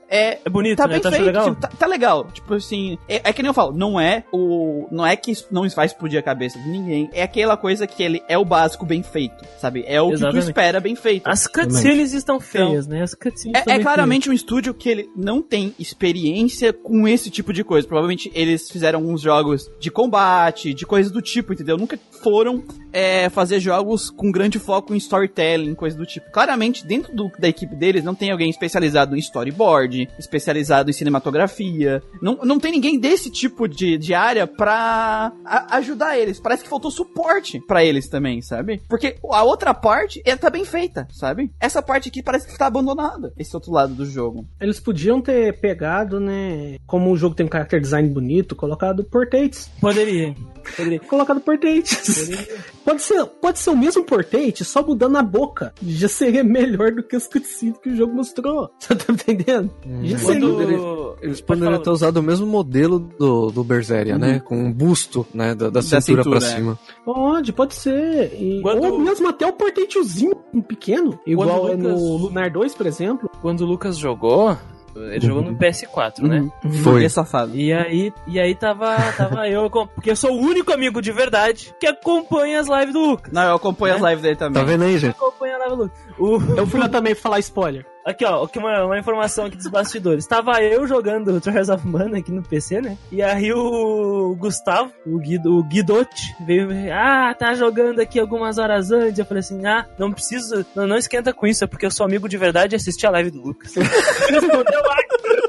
é... É bonito, Tá né? bem Tá feito, legal? tipo, tá, tá legal. Tipo assim, é, é que nem eu falo, não é o... Não é que isso não vai explodir a cabeça de ninguém. É aquela coisa que ele é o básico bem feito, sabe? É o Exatamente. que tu espera bem feito. As cutscenes estão feias, né? As cutscenes É, estão é bem claramente um estúdio que ele não tem experiência com esse tipo de coisa. Provavelmente eles fizeram alguns jogos de combate, de coisas do tipo, entendeu? Nunca foram é, fazer jogos com grande foco em storytelling, coisa do tipo. Claramente, dentro do, da equipe deles, não tem alguém especializado em storyboard, especializado em cinematografia. Não, não tem ninguém desse tipo de, de área pra a, ajudar eles. Parece que faltou suporte pra eles também, sabe? Porque a outra parte, ela tá bem feita, sabe? Essa parte aqui parece que tá abandonada, esse outro lado do jogo. Eles podiam ter pegado, né? Como o jogo tem um character design bonito, colocado portraits. Poderia. Poderia. Colocado portraits. Pode ser, pode ser o mesmo portrait, só mudando a boca. Já seria melhor do que as cutscenes que o jogo mostrou. Você tá entendendo? Hum. Já Quando... seria. Eles, eles poderiam ter usado o mesmo modelo do, do Berseria, uhum. né? Com um busto, né? Da, da, da cintura, cintura pra é. cima. Pode, pode ser. E, Quando... Ou mesmo até o portraitzinho pequeno. Igual Lucas... é no Lunar dois, por exemplo. Quando o Lucas jogou... Ele uhum. jogou no P S quatro, uhum. né? Foi. E safado. E aí, e aí tava, tava eu, porque eu sou o único amigo de verdade que acompanha as lives do Lucas. Não, eu acompanho né? as lives dele também. Tá vendo aí, gente? Acompanha a live do Lucas. O... Eu fui lá também falar spoiler. Aqui, ó, aqui uma, uma informação aqui dos bastidores. Tava eu jogando Trials of Mana aqui no P C, né? E aí o Gustavo, o, Guido, o Guidotti, veio ah, tá jogando aqui algumas horas antes. Eu falei assim, ah, não precisa, não, não esquenta com isso, é porque eu sou amigo de verdade e assisti a live do Lucas. Respondeu lá.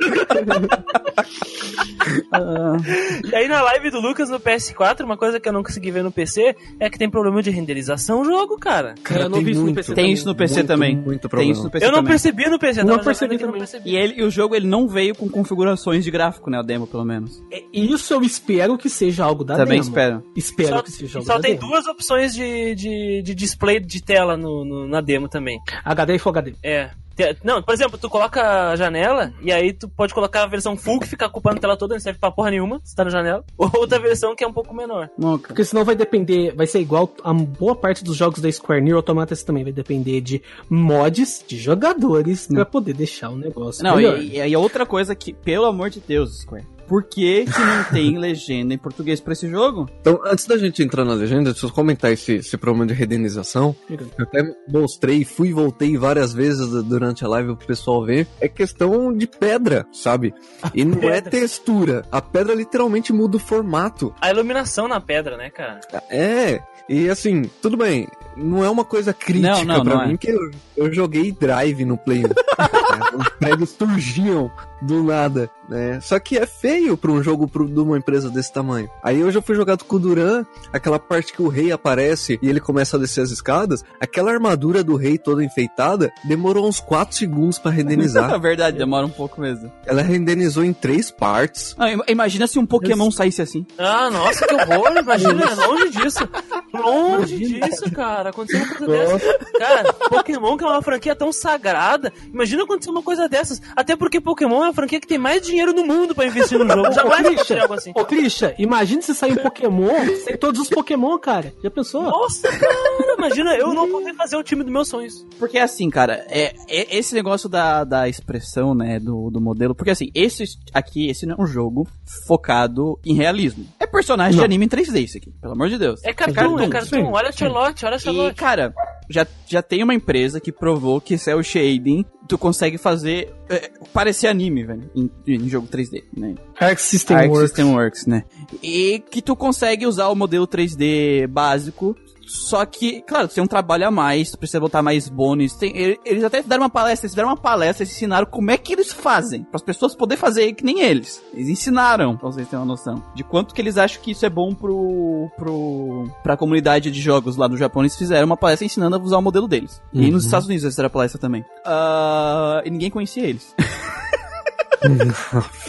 E aí na live do Lucas no P S quatro, uma coisa que eu não consegui ver no P C é que tem problema de renderização o jogo, cara. Cara, eu não vi isso no P C. Tem isso no P C muito, também. Muito tem isso no P C eu não também. percebi no P C, não, não percebi aqui, também. não percebi. E, ele, e o jogo ele não veio com configurações de gráfico, né? O demo, pelo menos. Isso eu espero que seja algo da também demo. espero. Espero só, que seja algo só da tem demo. duas opções de, de, de display de tela no, no, na demo também. H D e Full H D. É. Não, por exemplo, tu coloca a janela e aí tu pode colocar a versão full que fica ocupando a tela toda, não serve pra porra nenhuma, se tá na janela. Ou outra versão que é um pouco menor. Porque senão vai depender, vai ser igual a boa parte dos jogos da Square, Nier Automata também vai depender de mods de jogadores hum. pra poder deixar o negócio não, melhor. E, e outra coisa que, pelo amor de Deus, Square, por que que não tem legenda em português pra esse jogo? Então, antes da gente entrar na legenda, deixa eu comentar esse, esse problema de renderização. Eu até mostrei, fui e voltei várias vezes durante a live pro pessoal ver. É questão de pedra, sabe? A e pedra. Não é textura. A pedra literalmente muda o formato. A iluminação na pedra, né, cara? É, e assim, tudo bem. Não é uma coisa crítica não, não, pra não mim, é. que eu, eu joguei Drive no Play um. É, os prédios surgiam do nada, né? Só que é feio pra um jogo pro, de uma empresa desse tamanho. Aí eu já fui jogado com o Duran, aquela parte que o rei aparece e ele começa a descer as escadas, aquela armadura do rei toda enfeitada, demorou uns quatro segundos pra renderizar. É verdade, demora um pouco mesmo. Ela renderizou em três partes. Ah, imagina se um Pokémon saísse assim. Ah, nossa, que horror, imagina, longe disso. Longe disso, cara. Aconteceu uma coisa dessas. Cara, Pokémon, que é uma franquia tão sagrada, imagina acontecer uma coisa dessas. Até porque Pokémon é uma franquia que tem mais dinheiro no mundo pra investir no jogo. Jamais vai acontecer algo assim. Ô, Christian, imagina se sair um Pokémon sem todos os Pokémon, cara. Já pensou? Nossa, cara, imagina eu não poder fazer o time dos meus sonhos. Porque assim, cara, é, é esse negócio da, da expressão, né, do, do modelo, porque assim, esse aqui, esse não é um jogo focado em realismo. É personagem não. de anime em três D, isso aqui, pelo amor de Deus. É cartoon, é cartoon. Olha a Charlotte, olha a Charlotte. E, cara, já, já tem uma empresa que provou que cel shading tu consegue fazer é, parecer anime, velho, em, em jogo três D, né? Arc System Arc Works. System Works, né? E que tu consegue usar o modelo três D básico. Só que, claro, tu tem um trabalho a mais, tu precisa botar mais bônus. Tem, eles até deram uma palestra, eles fizeram uma palestra, eles ensinaram como é que eles fazem, para as pessoas poderem fazer que nem eles. Eles ensinaram, pra vocês terem uma noção, de quanto que eles acham que isso é bom pro, pro, pra comunidade de jogos lá do Japão. Eles fizeram uma palestra ensinando a usar o modelo deles. Uhum. E nos Estados Unidos eles fizeram a palestra também. Uh, e ninguém conhecia eles.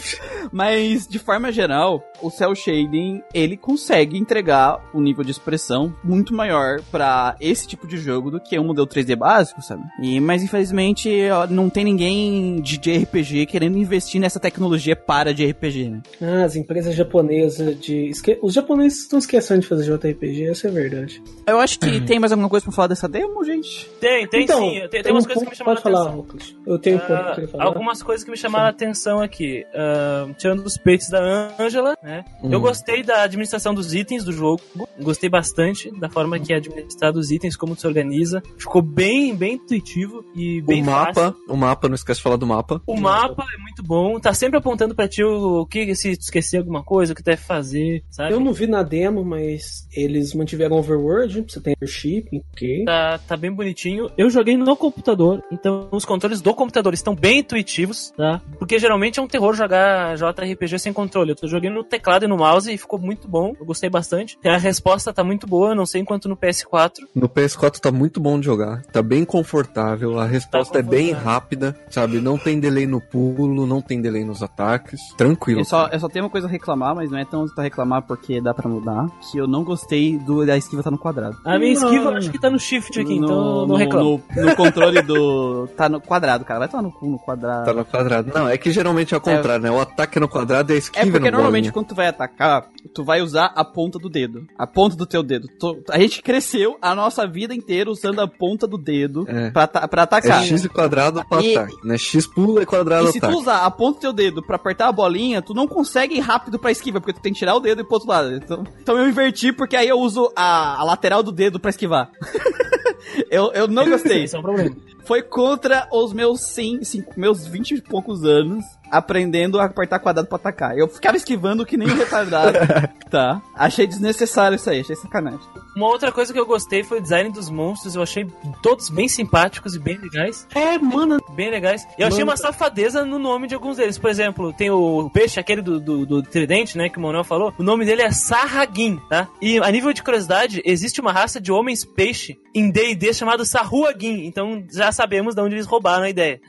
Mas, de forma geral, o cel shading, ele consegue entregar um nível de expressão muito maior pra esse tipo de jogo do que um modelo três D básico, sabe? E, mas, infelizmente, ó, não tem ninguém de, de R P G querendo investir nessa tecnologia para de R P G, né? Ah, as empresas japonesas de... Esque... Os japoneses estão esquecendo de fazer J R P G, essa é verdade. Eu acho que tem mais alguma coisa pra falar dessa demo, gente? Tem, tem então, sim. Tem, tem umas um coisas que me ponto- chamaram a Pode falar, atenção. Lucas. Eu tenho um ponto Ah, que eu queria falar. algumas coisas que me chamaram a atenção aqui. Ah, tirando os peitos da Ângela, né? Hum. Eu gostei da administração dos itens do jogo. Gostei bastante da forma que é administrado os itens, como se organiza. Ficou bem, bem intuitivo e bem O fácil. mapa, o mapa, não esquece de falar do mapa. O mapa é muito bom, tá sempre apontando pra ti o, o que, se tu esquecer alguma coisa, o que tu deve fazer, sabe? Eu não vi na demo, mas eles mantiveram overworld, você tem airship, ok. Tá, tá bem bonitinho. Eu joguei no computador, então os controles do computador estão bem intuitivos, tá? Porque geralmente é um terror jogar J R P G sem controle. Eu tô jogando no teclado e no mouse e ficou muito bom. Eu gostei bastante. A resposta tá muito boa, não sei enquanto no P S quatro. No P S quatro tá muito bom de jogar, tá bem confortável, a resposta Tá é bem confortável. rápida, sabe? Não tem delay no pulo, não tem delay nos ataques, tranquilo. Eu só, eu só tenho uma coisa a reclamar, mas não é tão pra reclamar porque dá pra mudar, que eu não gostei do, da esquiva tá no quadrado. A minha Não. esquiva eu acho que tá no shift aqui, no, então eu não no- reclamo. No, no controle do... tá no quadrado, cara. Vai tomar no cu no quadrado. Tá no quadrado. Não, é que geralmente é o contrário, né? O ataque é no quadrado e a esquiva É porque no normalmente bolinha. quando tu vai atacar, tu vai usar a ponta do dedo. A ponta do teu dedo. Tu- a gente cresceu a nossa vida inteira usando a ponta do dedo É. pra, ta- pra É atacar. X e quadrado pra E- ataque, né? X pula e quadrado E se tu ataque. usar a ponta do teu dedo pra apertar a bolinha, tu não consegue ir rápido pra esquiva, porque tu tem que tirar o dedo e ir pro outro lado. Então, então eu inverti, porque aí eu uso a, a lateral do dedo pra esquivar. eu, eu não gostei. Esse é um problema. Foi contra os meus cem, cinco, meus vinte e poucos anos aprendendo a apertar quadrado pra atacar. Eu ficava esquivando que nem um retardado. Tá. Achei desnecessário isso aí, achei sacanagem. Uma outra coisa que eu gostei foi o design dos monstros. Eu achei todos bem simpáticos e bem legais. É, mano, Bem legais. Eu achei Mano, uma safadeza no nome de alguns deles. Por exemplo, tem o peixe, aquele do, do, do tridente, né, que o Manuel falou. O nome dele é Sarragin, tá? E a nível de curiosidade, existe uma raça de homens peixe em D e D chamado Sarruagin. Então já sabemos de onde eles roubaram a ideia.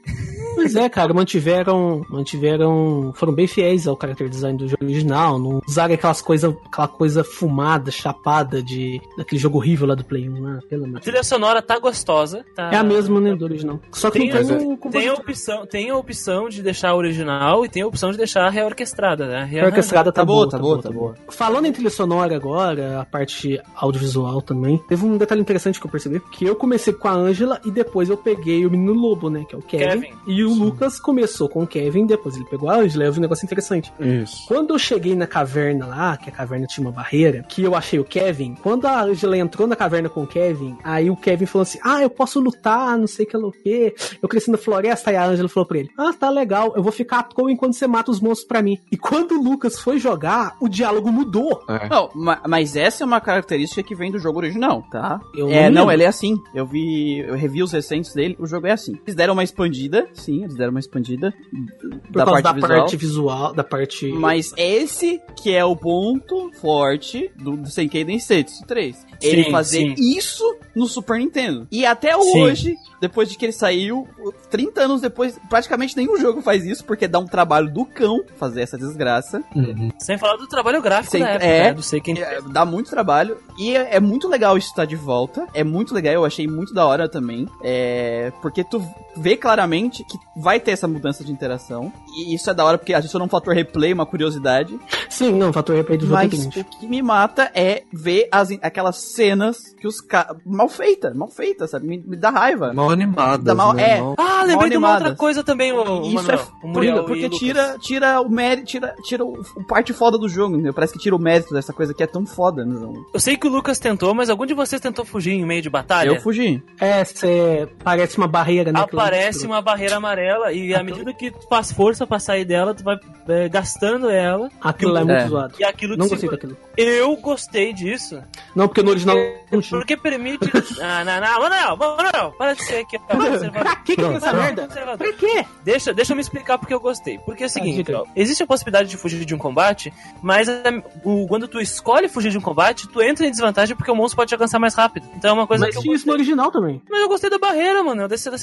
pois é, cara, mantiveram, mantiveram, foram bem fiéis ao character design do jogo original, não usaram aquelas coisas, aquela coisa fumada, chapada de, daquele jogo horrível lá do Play um, né? Pelo amor A de Deus. trilha sonora tá gostosa. Tá... É a mesma, né, do original. Só que Tem, não tem mas o tem, a compositor. opção, tem a opção de deixar a original e tem a opção de deixar a reorquestrada, né? A orquestrada tá, boa, tá boa, tá boa. Falando em trilha sonora agora, a parte audiovisual também, teve um detalhe interessante que eu percebi, que eu comecei com a Ângela e depois eu peguei o menino lobo, né, que é o Kevin, Kevin. e o Lucas começou com o Kevin, depois ele pegou a Ângela, e eu vi um negócio interessante. Isso. Quando eu cheguei na caverna lá, que a caverna tinha uma barreira, que eu achei o Kevin, quando a Angela entrou na caverna com o Kevin, aí o Kevin falou assim, ah, eu posso lutar, não sei o que lá o quê, eu cresci na floresta, aí a Angela falou pra ele, ah, tá legal, eu vou ficar à toa enquanto você mata os monstros pra mim. E quando o Lucas foi jogar, o diálogo mudou. É. Não, ma- mas essa é uma característica que vem do jogo original, tá? Eu é, não não, lembro. ele é assim. Eu vi, eu revi os recentes dele, o jogo é assim. Eles deram uma expandida, sim, eles deram uma expandida Por da causa parte da visual. parte visual, da parte... Mas esse que é o ponto forte do, do Senkei Densetsu três. Ele Sim, fazer sim. isso no Super Nintendo. E até Sim. hoje, depois de que ele saiu, trinta anos depois, praticamente nenhum jogo faz isso, porque dá um trabalho do cão fazer essa desgraça. Sem falar do trabalho gráfico Sem- da época, é. né? Do sei quem É, dá muito trabalho. E é, é muito legal isso estar de volta. É muito legal, eu achei muito da hora também. É, porque tu vê claramente que vai ter essa mudança de interação. E isso é da hora porque adiciona um fator replay, uma curiosidade. Sim, não, o fator replay do jogo é Mas grande. o que me mata é ver as, aquelas cenas que os caras. Mal feita, mal feita, sabe? Me, me dá raiva. Mal animadas, Dá mal- né? é. Mal- Ah, lembrei de uma animadas. outra coisa também, o, o Isso Manuel, é o Muriel porque, e porque o tira, Lucas. tira o mérito, tira, tira o, o parte foda do jogo, entendeu? Parece que tira o mérito dessa coisa que é tão foda no jogo. Eu sei que o Lucas tentou, mas algum de vocês tentou fugir em meio de batalha? Eu fugi. É, cê, parece uma barreira, né? Aparece uma barreira amarela e à Aquilo- medida que tu faz força pra sair dela, tu vai é, gastando ela. Aquilo lá é muito É. zoado. E aquilo Não te gostei segura. daquilo. Eu gostei disso. Não, porque no original não tinha. Porque permite. Ah, não, não, Manuel, Manuel, para de ser aqui. ó, observador. Pra que que tem essa Não, merda? observador. Pra quê? Deixa, deixa eu me explicar porque eu gostei. Porque é o seguinte, diga aí. ó, existe a possibilidade de fugir de um combate, mas é, o, quando tu escolhe fugir de um combate, tu entra em desvantagem porque o monstro pode te alcançar mais rápido. Então é uma coisa Mas que eu tinha isso no gostei. original também. Mas eu gostei da barreira, mano. Eu desci dessa ideia de barreira.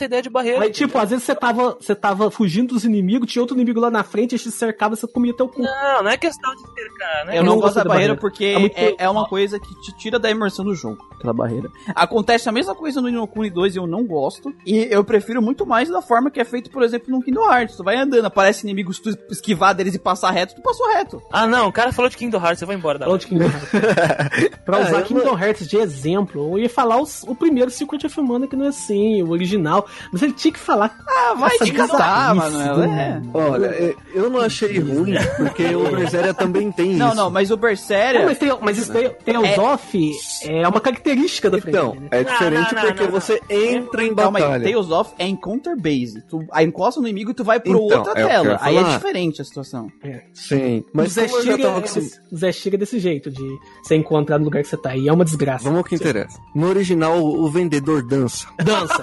barreira. Mas, tipo, às vezes você tava, você tava fugindo dos inimigos, tinha outro inimigo lá na frente, eles te cercava, você comia teu cu. Não, não é questão de cercar, né? Eu não não gosto da da barreira barreira. porque É muito- é, é uma coisa que te tira da imersão do jogo, aquela barreira. Acontece a mesma coisa no Ni no Kuni dois e eu não gosto. E eu prefiro muito mais da forma que é feito, por exemplo, no Kingdom Hearts. Tu vai andando, aparece inimigos, tu esquivar deles e passar reto, tu passou reto. Ah, não, o cara falou de Kingdom Hearts, eu vou embora da Falou de Kingdom Hearts. Pra Ah, usar eu Kingdom Hearts de exemplo, eu ia falar os- o primeiro Secret of Mana, que não é assim, o original. Mas ele tinha que falar. Ah, vai Essa te catar, bizarrice mano. do- É. Olha, é, eu não achei ruim, porque o Berseria também tem Não, isso. não, mas o Berseria... Ah, mas, tem, mas isso tem, tem os off, é uma característica da Então, franquia, né? é diferente Não, não, porque não, não. você entra em Calma aí, batalha. Tales of é encounter base. Tu aí encosta no inimigo e tu vai pro Então, outra é o que eu tela. ia Aí é falar. diferente a situação. Sim, O mas Zé como eu já Chega, tava é, acostumado... o Zé Chega é desse jeito, de ser encontrado no lugar que você tá. E é uma desgraça. Vamos ao que interessa. No original, o vendedor dança. Dança.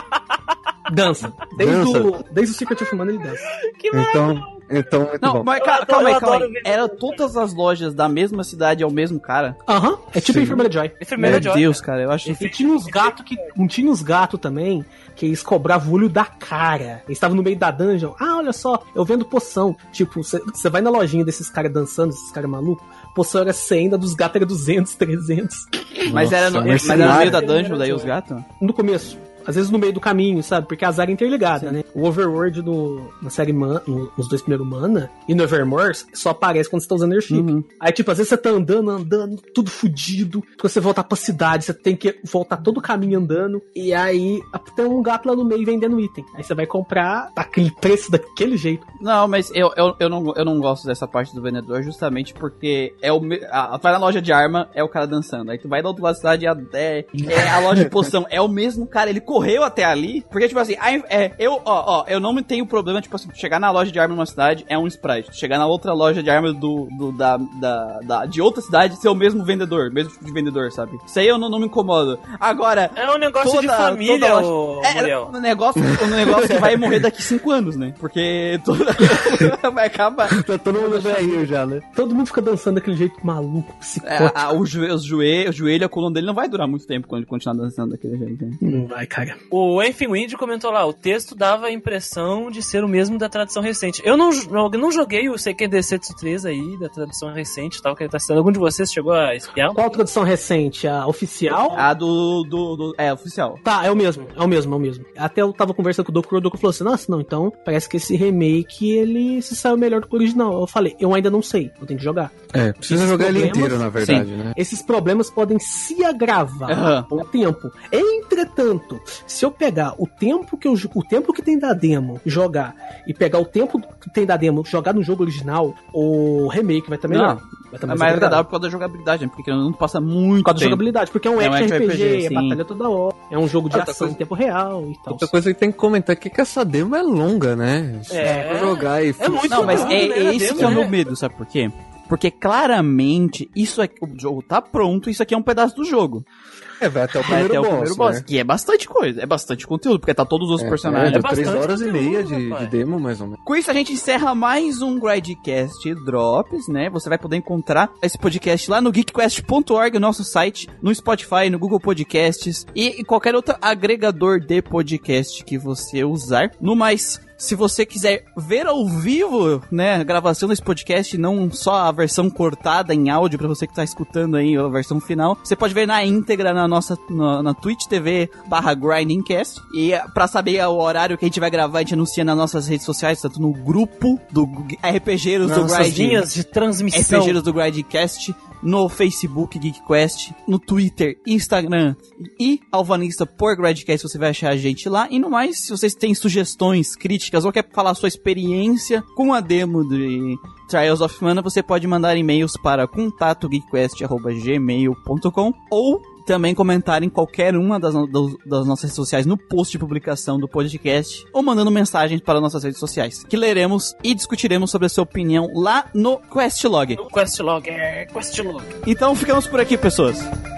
Dança. Desde, Dança. O, desde o Secret of Mana ele dança. Então, então muito Não, bom. mas Eu ca- adoro- calma aí, eu calma adoro aí. ver- Era todas as lojas da mesma cidade ao mesmo cara? Aham, é tipo Sim. a Enfermeira Joy. Enfermeira Meu Joy. Deus, cara, eu acho E tinha uns gatos que. Não tinha uns gatos também que eles cobravam o olho da cara. Eles estavam no meio da dungeon. Ah, olha só, eu vendo poção. Tipo, você vai na lojinha desses caras dançando, esses caras malucos. Poção era cem, da dos gatos era duzentos, trezentos. Mas era, no, Nossa, mas era no meio da mercenário. dungeon daí os gatos? No começo. Às vezes no meio do caminho, sabe? Porque as áreas interligadas, né? O Overworld no, na série Man, no- nos dois primeiros Mana e no Evermore só aparece quando você tá usando Airship. Uhum. Aí, tipo, às vezes você tá andando, andando, tudo fudido. Pra você voltar pra cidade, você tem que voltar todo o caminho andando. E aí tem um gato lá no meio vendendo item. Aí você vai comprar aquele preço daquele jeito. Não, mas eu, eu, eu, não, eu não gosto dessa parte do vendedor justamente porque é o me- a, vai na loja de arma, é o cara dançando. Aí tu vai da outra lado da cidade, é, é a loja de poção, é o mesmo cara, ele correu até ali. Porque, tipo assim, aí, é, eu, ó, ó, eu não tenho problema, tipo assim, chegar na loja de arma numa cidade é um sprite. Chegar na outra loja de arma do, do, da, da, da, de outra cidade ser o mesmo vendedor, mesmo tipo de vendedor, sabe? Isso aí eu não, não me incomodo. Agora, É um negócio de Toda- família, toda ô, é, Muriel. o negócio, o negócio que vai morrer daqui cinco anos, né? Porque toda... vai acabar. Tá todo mundo velhinho já, né? Todo mundo fica dançando daquele jeito maluco, É, psicótico. a, o, joelho, os joelho, o joelho, a coluna dele não vai durar muito tempo quando ele continuar dançando daquele jeito. Né? Não vai, cara. O Enfim Wind comentou lá, o texto dava a impressão de ser o mesmo da tradução recente. Eu não, eu não joguei o Seiken Densetsu três aí, da tradução recente e tal, que ele tá citando. Algum de vocês chegou a espiar? Qual tradução recente? A oficial? A do, do, do... É, oficial. Tá, é o mesmo, é o mesmo, é o mesmo. Até eu tava conversando com o Doku, o Doku falou assim, nossa, não, então parece que esse remake, ele se saiu melhor do que o original. Eu falei, eu ainda não sei, eu tenho que jogar. É, precisa Esses jogar ele problemas- inteiro, na verdade, né? Esses problemas podem se agravar Aham. com o tempo. Entretanto, se eu pegar o tempo que eu, o tempo que tem da demo, jogar, e pegar o tempo que tem da demo, jogar no jogo original, o remake vai estar melhor. Vai tá É mais mais agradável. agradável por causa da jogabilidade, né? Porque não passa muito Por causa da tempo. jogabilidade, porque é um É um action R P G, R P G, é sim. batalha toda hora, é um jogo de Outra ação coisa- em tempo real e tal. Outra coisa que tem que comentar aqui é que essa demo é longa, né? É. Pra jogar e... É muito Não, mas longo, é, né, é a esse demo, que é o né? meu medo, sabe por quê? Porque claramente, isso é, o jogo tá pronto, isso aqui é um pedaço do jogo. É, vai até o Vai primeiro até o boss, primeiro boss, né? que é bastante coisa, é bastante conteúdo, porque tá todos os É, personagens. É, deu bastante três horas e meia conteúdo, de, rapaz. de demo, mais ou menos. Com isso a gente encerra mais um Gridecast Drops, né? Você vai poder encontrar esse podcast lá no geekquest ponto org, o nosso site, no Spotify, no Google Podcasts e em qualquer outro agregador de podcast que você usar. No mais, se você quiser ver ao vivo, né, a gravação desse podcast, não só a versão cortada em áudio pra você que tá escutando aí a versão final, você pode ver na íntegra na nossa na, na Twitch T V barra Grindingcast. E pra saber o horário que a gente vai gravar, a gente anuncia nas nossas redes sociais, tanto no grupo do RPGeiros do Nossas Grinding, linhas de transmissão. RPGeiros do Grindcast, no Facebook GeekQuest, no Twitter, Instagram e Alvanista por Grindcast, você vai achar a gente lá. E no mais, se vocês têm sugestões, críticas ou quer falar a sua experiência com a demo de Trials of Mana, você pode mandar e-mails para contato geekquest arroba gmail ponto com ou também comentar em qualquer uma das, das, das nossas redes sociais no post de publicação do podcast ou mandando mensagens para nossas redes sociais, que leremos e discutiremos sobre a sua opinião lá no Questlog. O Questlog, é Questlog. Então ficamos por aqui, pessoas.